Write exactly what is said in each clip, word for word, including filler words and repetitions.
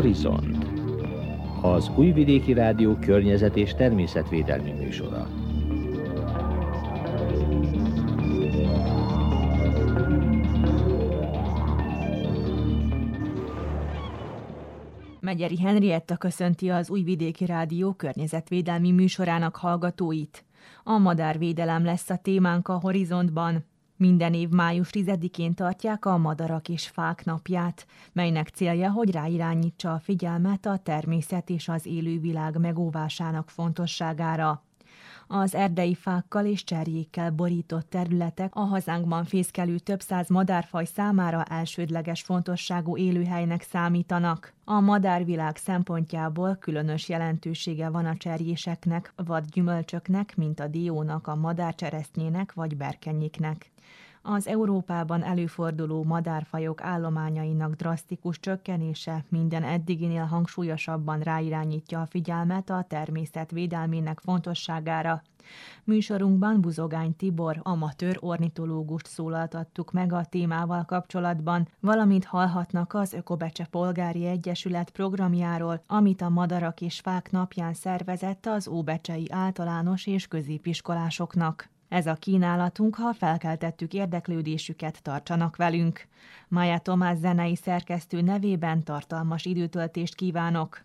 Horizont, az Újvidéki Rádió környezet- és természetvédelmi műsora. Megyeri Henrietta köszönti az Újvidéki Rádió környezetvédelmi műsorának hallgatóit. A madárvédelem lesz a témánk a Horizontban. Minden év május tizedikén tartják a Madarak és Fák napját, melynek célja, hogy ráirányítsa a figyelmet a természet és az élővilág megóvásának fontosságára. Az erdei fákkal és cserjékkel borított területek a hazánkban fészkelő több száz madárfaj számára elsődleges fontosságú élőhelynek számítanak. A madárvilág szempontjából különös jelentősége van a cserjéseknek, vagy gyümölcsöknek, mint a diónak, a madárcseresznyének vagy berkenyiknek. Az Európában előforduló madárfajok állományainak drasztikus csökkenése minden eddiginél hangsúlyosabban ráirányítja a figyelmet a természet védelmének fontosságára. Műsorunkban Buzogány Tibor, amatőr ornitológust szólaltattuk meg a témával kapcsolatban, valamint hallhatnak az Ökobecse Polgári Egyesület programjáról, amit a Madarak és Fák napján szervezett az óbecsei általános és középiskolásoknak. Ez a kínálatunk, ha felkeltettük érdeklődésüket, tartsanak velünk. Mája Tomás zenei szerkesztő nevében tartalmas időtöltést kívánok.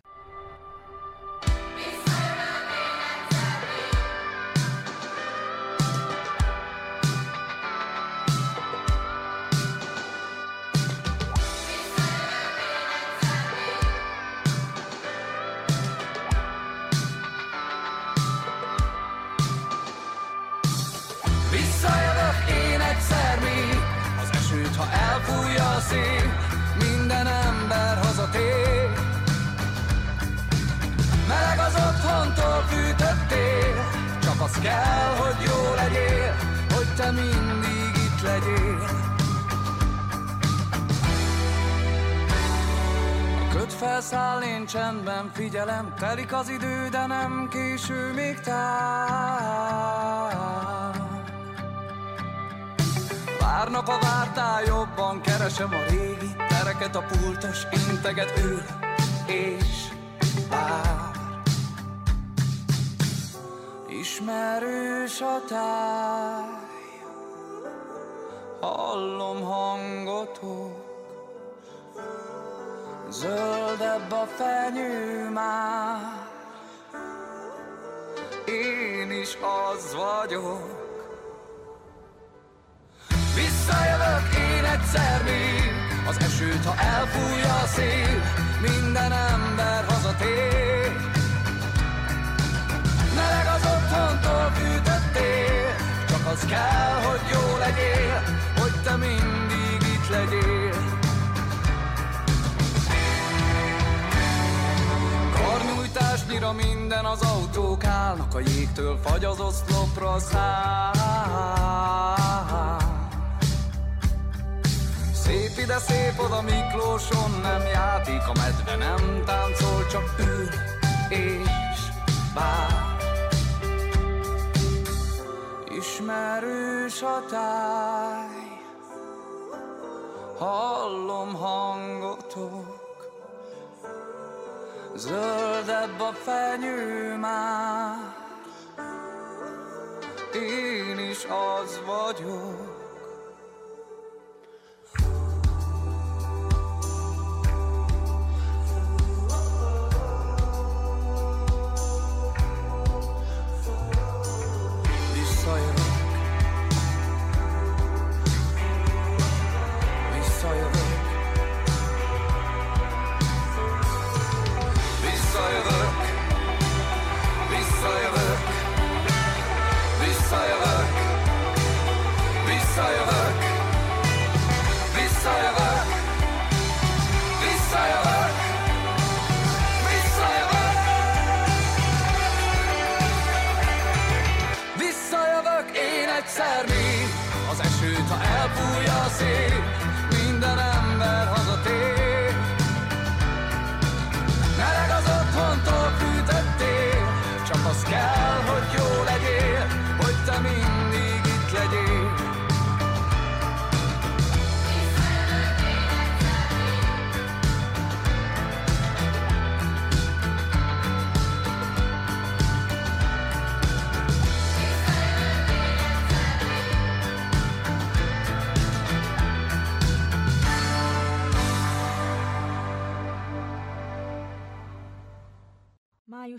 Minden ember hazatér. Meleg az otthontól fűtöttél, csak az kell, hogy jó legyél, hogy te mindig itt legyél. A köd felszáll, én csendben figyelem, telik az idő, de nem késő még tár. Várnak a vártál, jobban keresem a régi tereket, a pultos integet ül és vár. Ismerős a táj, hallom hangotok, zöldebb a fenyő már, én is az vagyok. Visszajövök én egyszer még, az esőt, ha elfújja a szél, minden ember hazatér. Meleg az otthontól fűtöttél, csak az kell, hogy jó legyél, hogy te mindig itt legyél. Karnyújtásnyira minden az autók állnak, a jégtől fagy az oszlopra száll. Szép ide, szép oda, Miklóson nem játék, a medve nem táncol, csak ül és vár. Ismerős a táj, hallom hangotok, zöldebb a fenyő már, én is az vagyok. Az esőt, ha elfújja a szél, minden ember hazatér. Meleg az otthontól fűtöttél, csak az kell, hogy jó legyél, hogy te mindig itt legyél.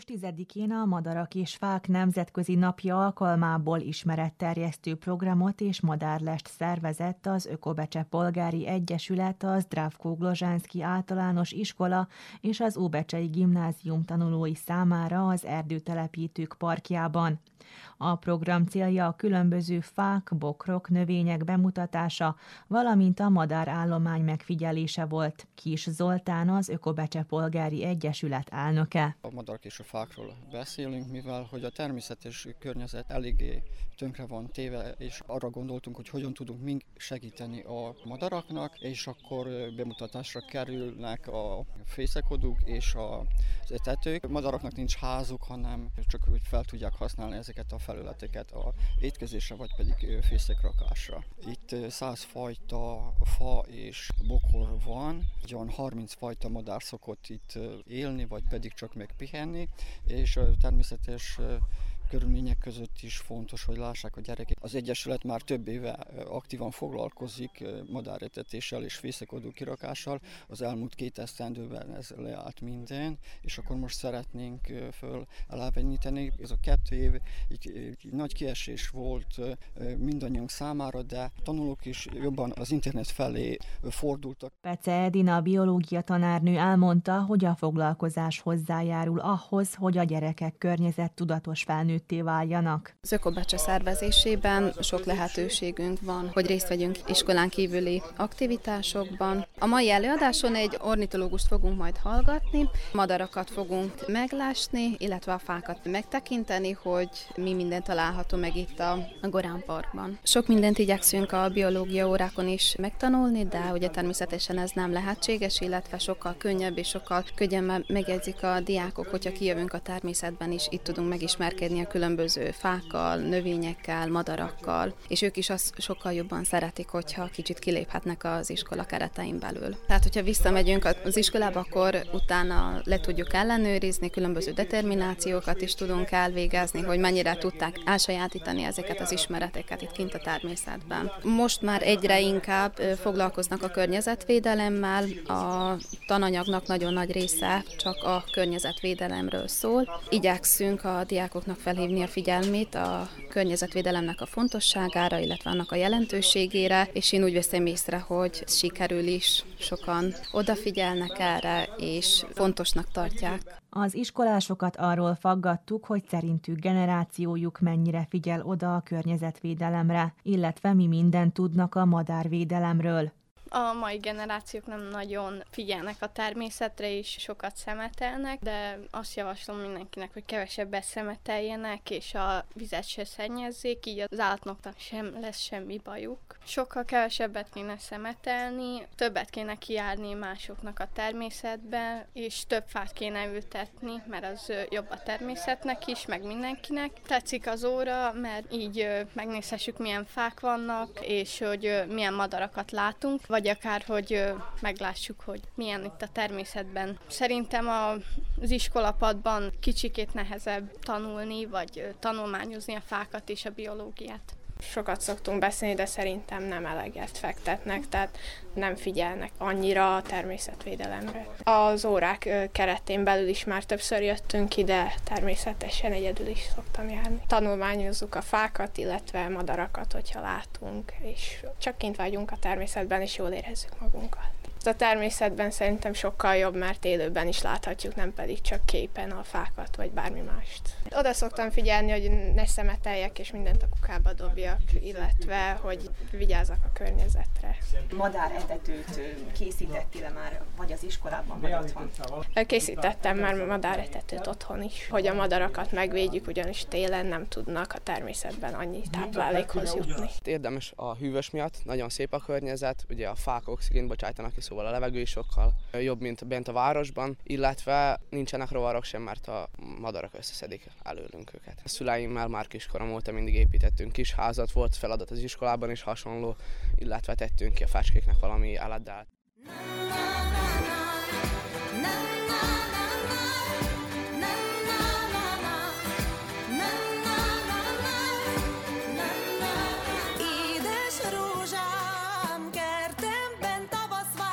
tizedikén a Madarak és Fák Nemzetközi Napja alkalmából ismeretterjesztő programot és madárlest szervezett az Ökobecse Polgári Egyesület, a Zdravko Glozsánszky Általános Iskola és az Óbecsei Gimnázium tanulói számára az Erdőtelepítők parkjában. A program célja a különböző fák, bokrok, növények bemutatása, valamint a madárállomány megfigyelése volt. Kis Zoltán, az Ökobecse Polgári Egyesület elnöke. A madarak és a fákról beszélünk, mivel hogy a természetes környezet eléggé tönkre van téve, és arra gondoltunk, hogy hogyan tudunk mi segíteni a madaraknak, és akkor bemutatásra kerülnek a fészekodók és az etetők. A madaraknak nincs házuk, hanem csak úgy fel tudják használni ezeket a felületeket a étkezésre, vagy pedig fészekrakásra. Itt száz fajta fa és bokor van, olyan harminc fajta madár szokott itt élni, vagy pedig csak megpihenni, és természetes körülmények között is fontos, hogy lássák a gyerekek. Az Egyesület már több éve aktívan foglalkozik madáretetéssel és fészekódó kirakással. Az elmúlt két esztendőben ez leállt minden, és akkor most szeretnénk föl eleveníteni. Ez a kettő év egy, egy nagy kiesés volt mindannyiunk számára, de tanulók is jobban az internet felé fordultak. Pece Edina, biológia tanárnő elmondta, hogy a foglalkozás hozzájárul ahhoz, hogy a gyerekek környezettudatos felnőtt váljanak. Az Ökobecse szervezésében sok lehetőségünk van, hogy részt vegyünk iskolán kívüli aktivitásokban. A mai előadáson egy ornitológust fogunk majd hallgatni, madarakat fogunk meglásni, illetve a fákat megtekinteni, hogy mi minden található meg itt a Gorán Parkban. Sok mindent igyekszünk a biológia órákon is megtanulni, de ugye természetesen ez nem lehetséges, illetve sokkal könnyebb és sokkal könnyebben megjegyzik a diákok, hogyha kijövünk a természetben is, itt tudunk megismerkedni a különböző fákkal, növényekkel, madarakkal, és ők is azt sokkal jobban szeretik, hogyha kicsit kiléphetnek az iskola keretein belül. Tehát, hogyha visszamegyünk az iskolába, akkor utána le tudjuk ellenőrizni, különböző determinációkat is tudunk elvégezni, hogy mennyire tudták elsajátítani ezeket az ismereteket itt kint a természetben. Most már egyre inkább foglalkoznak a környezetvédelemmel, a tananyagnak nagyon nagy része csak a környezetvédelemről szól. Igyekszünk a diákoknak felhívni a figyelmét a környezetvédelemnek a fontosságára, illetve annak a jelentőségére, és én úgy veszem észre, hogy sikerül is, sokan odafigyelnek erre, és fontosnak tartják. Az iskolásokat arról faggattuk, hogy szerintük generációjuk mennyire figyel oda a környezetvédelemre, illetve mi mindent tudnak a madárvédelemről. A mai generációk nem nagyon figyelnek a természetre, és sokat szemetelnek, de azt javaslom mindenkinek, hogy kevesebbet szemeteljenek, és a vizet se szennyezzék, így az állatoknak sem lesz semmi bajuk. Sokkal kevesebbet kéne szemetelni, többet kéne kijárni másoknak a természetbe, és több fát kéne ültetni, mert az jobb a természetnek is, meg mindenkinek. Tetszik az óra, mert így megnézhessük, milyen fák vannak, és hogy milyen madarakat látunk, vagy akár, hogy meglássuk, hogy milyen itt a természetben. Szerintem az iskolapadban kicsikét nehezebb tanulni, vagy tanulmányozni a fákat és a biológiát. Sokat szoktunk beszélni, de szerintem nem eleget fektetnek, tehát nem figyelnek annyira a természetvédelemre. Az órák keretén belül is már többször jöttünk ide, természetesen egyedül is szoktam járni. Tanulmányozzuk a fákat, illetve madarakat, hogyha látunk, és csak kint vagyunk a természetben, és jól érezzük magunkat. A természetben szerintem sokkal jobb, mert élőben is láthatjuk, nem pedig csak képen a fákat, vagy bármi mást. Oda szoktam figyelni, hogy ne szemeteljek, és mindent a kukába dobjak, illetve, hogy vigyázzak a környezetre. Madáretetőt készítettél már, vagy az iskolában, vagy otthon? Készítettem már madáretetőt otthon is, hogy a madarakat megvédjük, ugyanis télen nem tudnak a természetben annyi táplálékhoz jutni. Érdemes a hűvös miatt, nagyon szép a környezet, ugye a fák oxigént bocsájtanak ki, szóval a levegő is sokkal jobb, mint bent a városban, illetve nincsenek rovarok sem, mert a madarak összeszedik előlünk őket. A szüleimmel már kiskorom óta mindig építettünk kis házat, volt feladat az iskolában is hasonló, illetve tettünk ki a fecskéknek valami álladdát.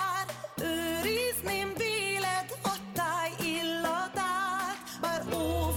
Őrizném vélet hattály illatát, bár ó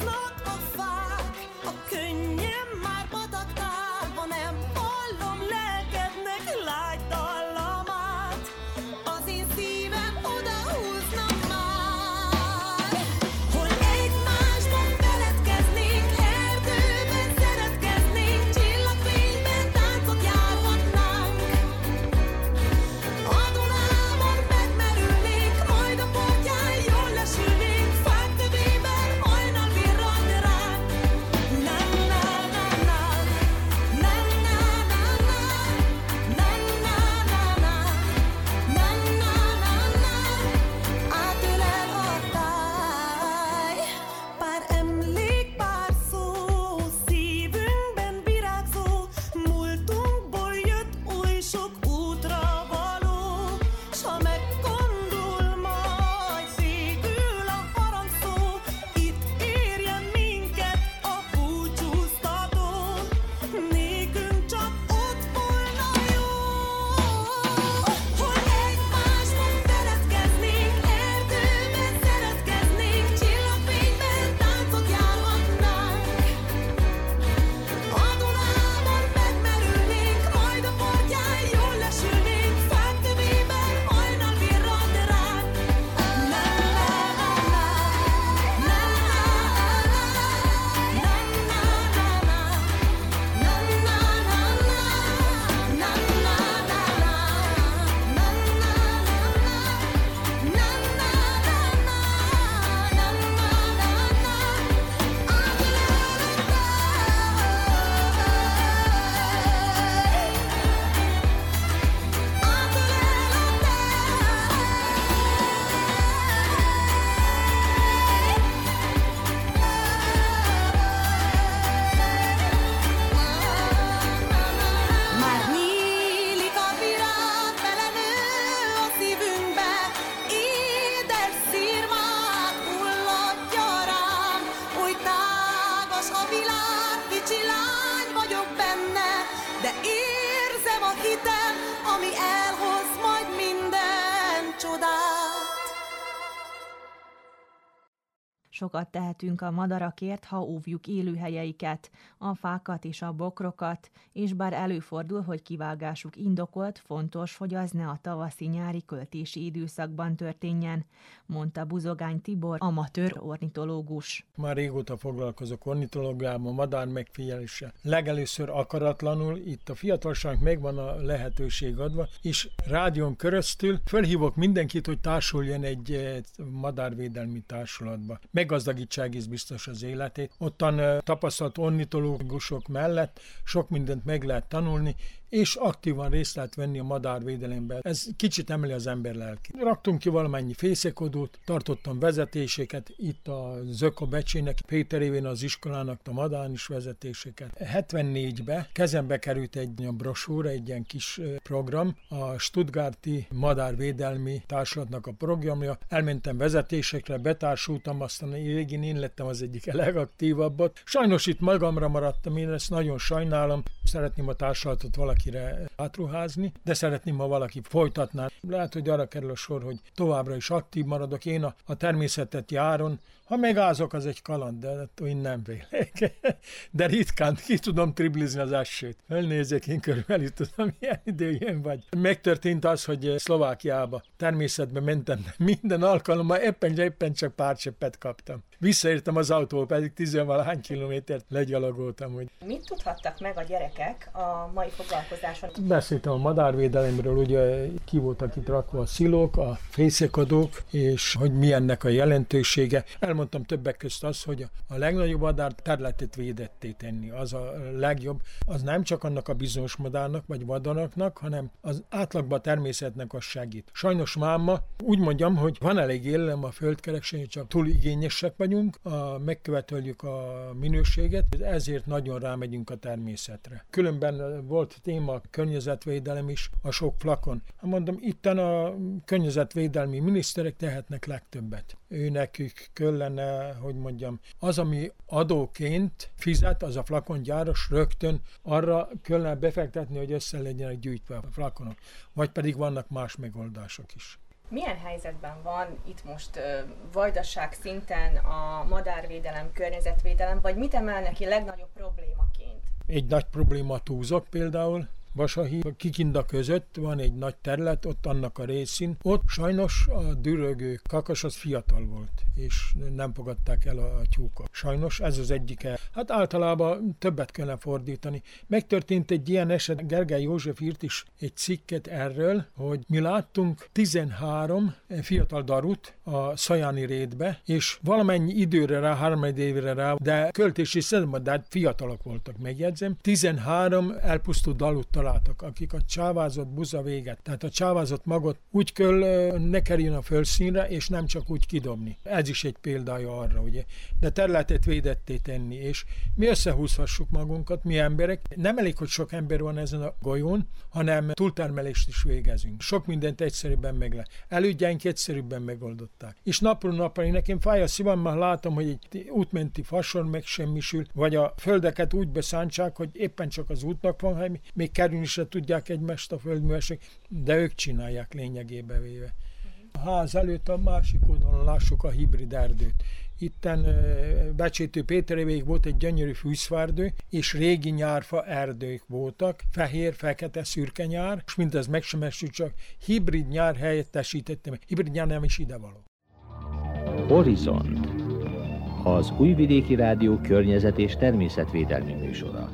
hatalmas a világ, kicsi lány vagyok benne, de érzem a hitem, ami elhoz majd minden csodát. Sokat tehetünk a madarakért, ha óvjuk élőhelyeiket, a fákat és a bokrokat, és bár előfordul, hogy kivágásuk indokolt, fontos, hogy az ne a tavaszi-nyári költési időszakban történjen, mondta Buzogány Tibor, amatőr ornitológus. Már régóta foglalkozok ornitológiával, madár megfigyeléssel. Legelőször akaratlanul, itt a fiatalságnak megvan a lehetőség adva, és rádión keresztül fölhívok mindenkit, hogy társuljon egy madárvédelmi társulatba. Meggazdagítsa egész biztos az életét. Ottan tapasztalt ornitológusok mellett sok mindent meg lehet tanulni, és aktívan részt lehet venni a madárvédelemben. Ez kicsit emeli az ember lelkét. Raktunk ki valamennyi fészekadót, tartottam vezetéseket, itt a Zöka Becsének, Péter évén az iskolának a madár is vezetéseket. hetvennégyben kezembe került egy ilyen brosúra, egy ilyen kis program, a Stuttgarti Madárvédelmi Társulatnak a programja. Elmentem vezetésekre, betársultam, aztán végén én lettem az egyik legaktívabbat. Sajnos itt magamra maradtam, én ezt nagyon sajnálom. Szeretném a társulatot valakire átruházni, de szeretném, ha valaki folytatná. Lehet, hogy arra kerül a sor, hogy továbbra is aktív maradok. Én a, a természetet járon, ha megázok, az egy kaland, de én nem vélek. De ritkán ki tudom triblizni az esőt. Elnézek, én körülbelül tudom, milyen időjön vagy. Megtörtént az, hogy Szlovákiába természetbe mentem, minden alkalommal éppen, éppen csak pár cseppet kaptam. Visszaértem az autóval, pedig tizenvalahány kilométert legyalogoltam. Hogy... Mit tudhattak meg a gyerekek a mai foglalkozáson? Beszéltem a madárvédelemről, ugye ki voltak itt rakva a szilók, a fészekadók, és hogy mi ennek a jelentősége. Elmondtam többek közt azt, hogy a legnagyobb madár területet védetté tenni. Az a legjobb, az nem csak annak a bizonyos madárnak, vagy vadonaknak, hanem az átlagban a természetnek az segít. Sajnos máma, úgy mondjam, hogy van elég élelem a földkereksen, csak túl igényesek vagyunk, a, megköveteljük a minőséget, ezért nagyon rámegyünk a természetre. Különben volt téma a környezetvédelem is, a sok flakon. Mondom, itten a környezetvédelmi miniszterek tehetnek legtöbbet. Ő nekük kellene, hogy mondjam, az, ami adóként fizet, az a flakongyáros rögtön arra kellene befektetni, hogy össze legyenek gyűjtve a flakonok. Vagy pedig vannak más megoldások is. Milyen helyzetben van itt most uh, vajdaság szinten a madárvédelem, környezetvédelem, vagy mit emelnek ki legnagyobb problémaként? Egy nagy probléma túlzok például. Vasahi, Kikinda között van egy nagy terület, ott annak a részén. Ott sajnos a dürögő kakas az fiatal volt, és nem fogadták el a tyúkot. Sajnos ez az egyike. Hát általában többet kellene fordítani. Megtörtént egy ilyen eset, Gergely József írt is egy cikket erről, hogy mi láttunk tizenhárom fiatal darut a Szajáni rétbe, és valamennyi időre rá, három évre rá, de költési szemben, de fiatalok voltak, megjegyzem. tizenhárom elpusztult dalut találtak, akik a csávázott buza véget. Tehát a csávázott magot úgy kell ne kerüljön a földszínre, és nem csak úgy kidobni. Ez is egy példája arra, ugye. De területet védetté tenni, és mi összehúzhassuk magunkat, mi emberek. Nem elég, hogy sok ember van ezen a golyón, hanem túltermelést is végezünk. Sok mindent egyszerűbben meg le. Elődjeink egyszerűbben megoldották. És napról napra én nekem fáj a szívem, mert látom, hogy egy útmenti fasor megsemmisül, vagy a földeket úgy beszántsák, hogy éppen csak az útnak van hely, még kerülni se tudják egymást a földművesek, de ők csinálják lényegébe véve. A ház előtt a másik oldalon lássuk a hibrid erdőt. Itten Becsétő Péterévéig volt egy gyönyörű fűszferdő, és régi nyárfa erdők voltak, fehér, fekete, szürke nyár, és mindez megsemmisült, csak hibrid nyár helyettesítettem. Hibrid nyár nem is idevaló. Horizont, az Újvidéki Rádió környezet- és természetvédelmi műsora.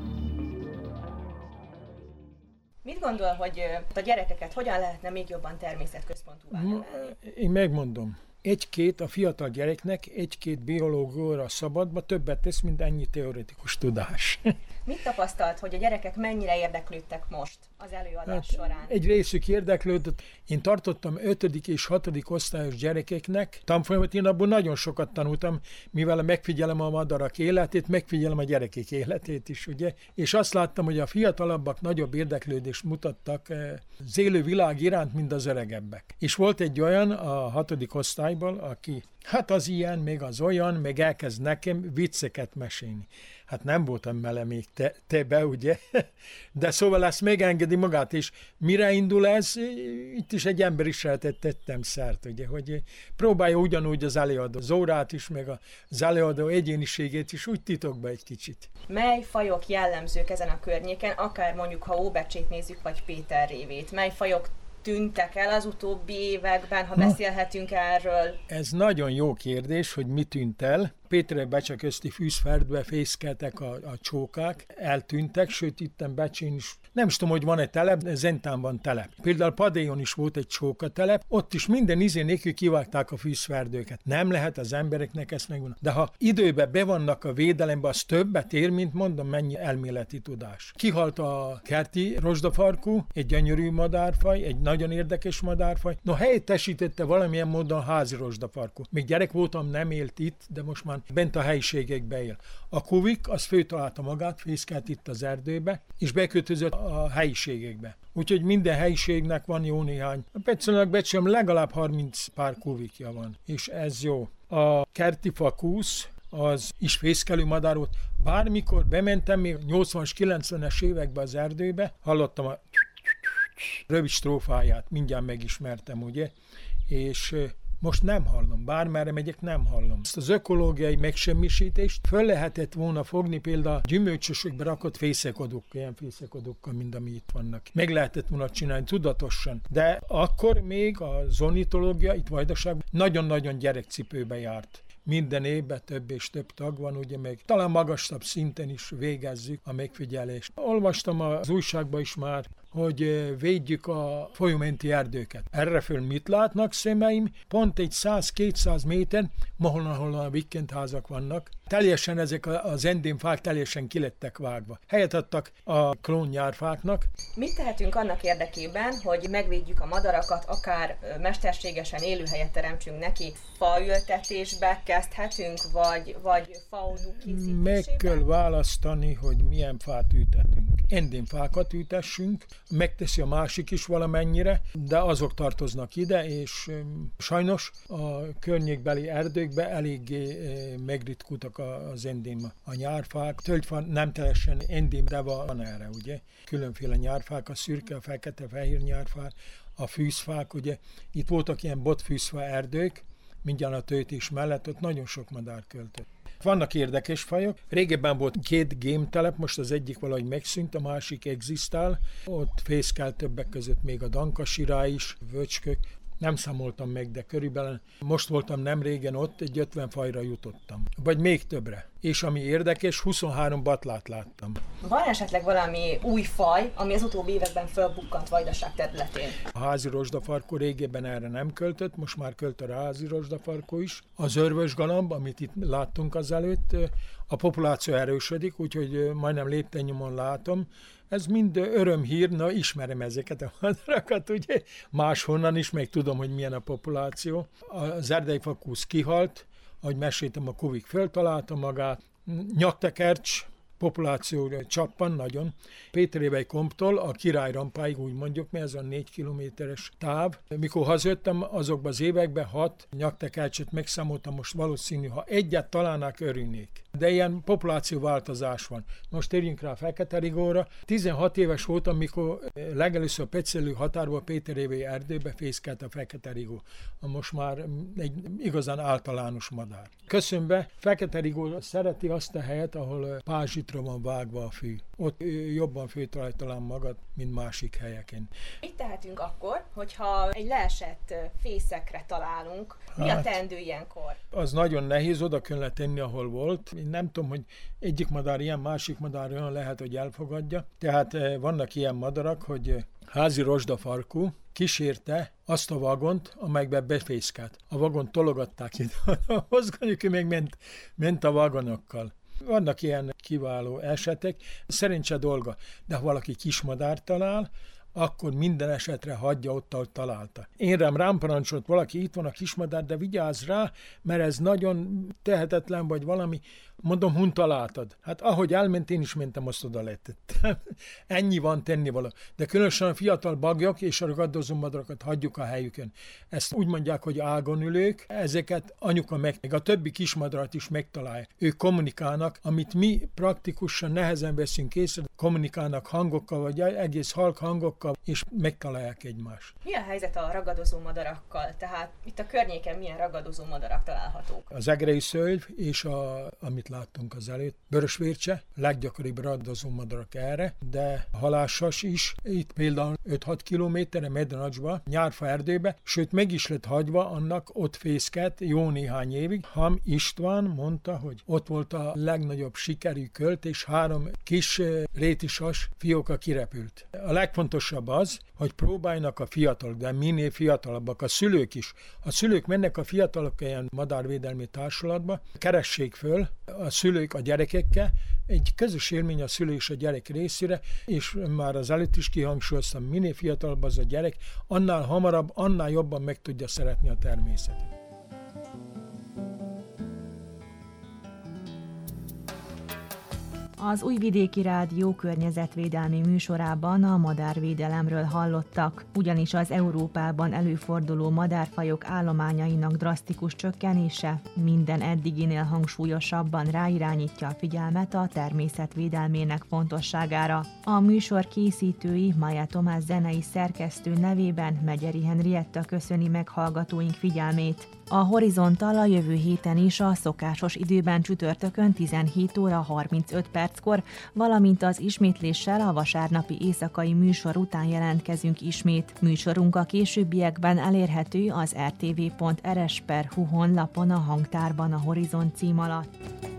Mit gondol, hogy a gyerekeket hogyan lehetne még jobban természetközpontúvá nevelni? Én megmondom. Egy-két, a fiatal gyereknek egy-két biológóra szabadba többet tesz, mint ennyi teoretikus tudás. Mit tapasztalt, hogy a gyerekek mennyire érdeklődtek most az előadás hát, során? Egy részük érdeklődött. Én tartottam ötödik és hatodik osztályos gyerekeknek tanfolyamot, én abból nagyon sokat tanultam, mivel megfigyelem a madarak életét, megfigyelem a gyerekek életét is, ugye? És azt láttam, hogy a fiatalabbak nagyobb érdeklődést mutattak az élő világ iránt, mint az öregebbek. És volt egy olyan, a hatodik osztály, osztályból, aki hát az ilyen, még az olyan, még elkezd nekem vicceket mesélni. Hát nem voltam vele még te, te be, ugye? De szóval ezt még engedi magát, és mire indul ez? Itt is egy emberiseletet tettem szert, ugye, hogy próbálja ugyanúgy az előadó az órát is, meg az előadó egyéniségét is úgy titokba egy kicsit. Mely fajok jellemzők ezen a környéken, akár mondjuk, ha Óbecsét nézzük, vagy Péterrévét? Mely fajok tűntek el az utóbbi években, ha beszélhetünk erről? Ez nagyon jó kérdés, hogy mi tűnt el. Péter-Becse közti fűzferdbe fészkeltek a, a csókák, eltűntek, sőt itten Becsén is, nem is tudom, hogy van egy telep, de Zentán van telep. Például Padéjon is volt egy csókatelep, ott is minden izé nélkül kivágták a fűzferdőket. Nem lehet az embereknek ezt megmondani. De ha időben bevannak a védelembe, az többet ér, mint mondom, mennyi elméleti tudás. Kihalt a kerti rozsdafarkú, egy gyönyörű madárfaj, egy nagyon érdekes madárfaj. No, helyettesítette valamilyen módon a házi rozsdafarkú. Még gyerek voltam, nem élt itt, de most már bent a helyiségekbe él. A kuvik, az főtalálta magát, fészkelt itt az erdőbe, és beköltözött a helyiségekbe. Úgyhogy minden helyiségnek van jó néhány. Pecsenek becsem legalább harminc pár kuvikja van, és ez jó. A kerti fakúsz, az is fészkelő madár volt. Bármikor bementem, még nyolcvanas, kilencvenes években az erdőbe, hallottam a rövid strófáját, mindjárt megismertem, ugye, és most nem hallom, bármerre megyek, nem hallom. Ezt az ökológiai megsemmisítést föl lehetett volna fogni például gyümölcsösökbe rakott fészekodók, ilyen fészekodókkal, mint ami itt vannak. Meg lehetett volna csinálni tudatosan. De akkor még az ornitológia itt Vajdaságban nagyon-nagyon gyerekcipőbe járt. Minden évben több és több tag van, ugye meg talán magasabb szinten is végezzük a megfigyelést. Olvastam az újságban is már, hogy védjük a folyómenti erdőket. Erreföl mit látnak szemeim? Pont egy száz-kétszáz méter, ahol a vikendházak vannak. Teljesen ezek az endémfák teljesen kilettek vágva. Helyet adtak a klónnyárfáknak. Mit tehetünk annak érdekében, hogy megvédjük a madarakat, akár mesterségesen élőhelyet teremtsünk neki? Faültetésbe kezdhetünk, vagy, vagy faodú készítésében? Meg kell választani, hogy milyen fát ültetünk. Endémfákat ültessünk, megteszi a másik is valamennyire, de azok tartoznak ide, és sajnos a környékbeli erdőkbe eléggé megritkultak az endém, a nyárfák. Tölgyfa nem teljesen endém, de van erre, ugye. Különféle nyárfák, a szürke, a fekete, fehér nyárfák, a fűzfák, ugye. Itt voltak ilyen botfűzfa erdők, mindjárt a töltés mellett, ott nagyon sok madár költött. Vannak érdekes fajok. Régebben volt két gémtelep, most az egyik valahogy megszűnt, a másik egzisztál. Ott fészkelt többek között még a dankasirá is, vöcskök. Nem számoltam meg, de körülbelül most voltam nem régen ott, egy ötven fajra jutottam. Vagy még többre. És ami érdekes, huszonhárom batlát láttam. Van esetleg valami új faj, ami az utóbbi években fölbukkant Vajdaság területén? A házi rozsdafarkó régebben erre nem költött, most már költ a házi rozsdafarkó is. Az örvösgalamb, amit itt láttunk azelőtt, a populáció erősödik, úgyhogy majdnem léptennyomon látom. Ez mind örömhír, na ismerem ezeket a madarakat, ugye, máshonnan is, meg tudom, hogy milyen a populáció. Az erdei fakúsz kihalt, ahogy meséltem, a kuvik föltalálta magát, nyaktekercs populáció csappan nagyon. Péterévei komptól a Királyrampáig, úgy mondjuk, mert ez a négy kilométeres táv. Mikor hazajöttem, azokban az években hat nyaktekercset megszámoltam, most valószínű, ha egyet találnák, örülnék. De ilyen populációváltozás van. Most térjünk rá a Fekete-Rigóra. tizenhat éves voltam, mikor legelőször a Pecelő határból Péterévei erdőbe fészkelt a Fekete-Rigó. Most már egy igazán általános madár. Köszönve, Fekete-Rigó szereti azt a helyet, ahol pázsitra van vágva a fű. Ott jobban főtalálj talán magad, mint másik helyeken. Mit tehetünk akkor, hogyha egy leesett fészekre találunk? Mi hát, a teendő ilyenkor? Az nagyon nehéz, oda kellene tenni, ahol volt. Én nem tudom, hogy egyik madár ilyen, másik madár olyan lehet, hogy elfogadja. Tehát vannak ilyen madarak, hogy házi rozsdafarkú kísérte azt a vagont, amelyben befészkelt. A vagont tologatták ide. A mozgonyuk még ment, ment a vagonokkal. Vannak ilyen kiváló esetek, szerencse dolga, de ha valaki kismadár talál, akkor minden esetre hagyja ott, ahol találta. Én rám rám parancsolt valaki, itt van a kismadár, de vigyázz rá, mert ez nagyon tehetetlen, vagy valami. Mondom, hun találtad. Hát ahogy elment, én is mentem, azt oda letettem. Ennyi van tennivaló. De különösen a fiatal bagyok és a ragadozó madarakat hagyjuk a helyükön. Ezt úgy mondják, hogy ágon ülők, ezeket anyuka meg, meg a többi kismadarat is megtalálja. Ők kommunikálnak, amit mi praktikusan nehezen veszünk észre, kommunikálnak hangokkal, vagy egész halk hangokkal, és megtalálják egymást. Mi a helyzet a ragadozó madarakkal? Tehát itt a környéken milyen ragadozó madarak találhatók? Az egrei szőlv és a, amit láttunk az előtt, vörösvércse, leggyakoribb ragadozó madarak erre, de halássas is, itt például öt-hat kilométerre Mednacsba, nyárfa erdőbe, sőt meg is lett hagyva annak, ott fészket jó néhány évig. Ham István mondta, hogy ott volt a legnagyobb sikerű költ, és három kis rétisas fióka kirepült. A legfontosabb az, hogy próbáljanak a fiatalok, de minél fiatalabbak, a szülők is. A szülők mennek a fiatalok ilyen madárvédelmi társulatba, keressék föl a szülők a gyerekekkel, egy közös élmény a szülő és a gyerek részére, és már az előtt is kihangsúlyoztam, minél fiatalabb az a gyerek, annál hamarabb, annál jobban meg tudja szeretni a természetet. Az Újvidéki Rádió környezetvédelmi műsorában a madárvédelemről hallottak, ugyanis az Európában előforduló madárfajok állományainak drasztikus csökkenése minden eddiginél hangsúlyosabban ráirányítja a figyelmet a természet védelmének fontosságára. A műsor készítői, Maja Tomás zenei szerkesztő nevében Megyeri Henrietta köszöni meg hallgatóink figyelmét. A Horizonttal a jövő héten is a szokásos időben csütörtökön tizenhét óra harmincöt perckor, valamint az ismétléssel a vasárnapi éjszakai műsor után jelentkezünk ismét. Műsorunk a későbbiekben elérhető az er té vé pont er es pont hu honlapon a hangtárban a Horizont cím alatt.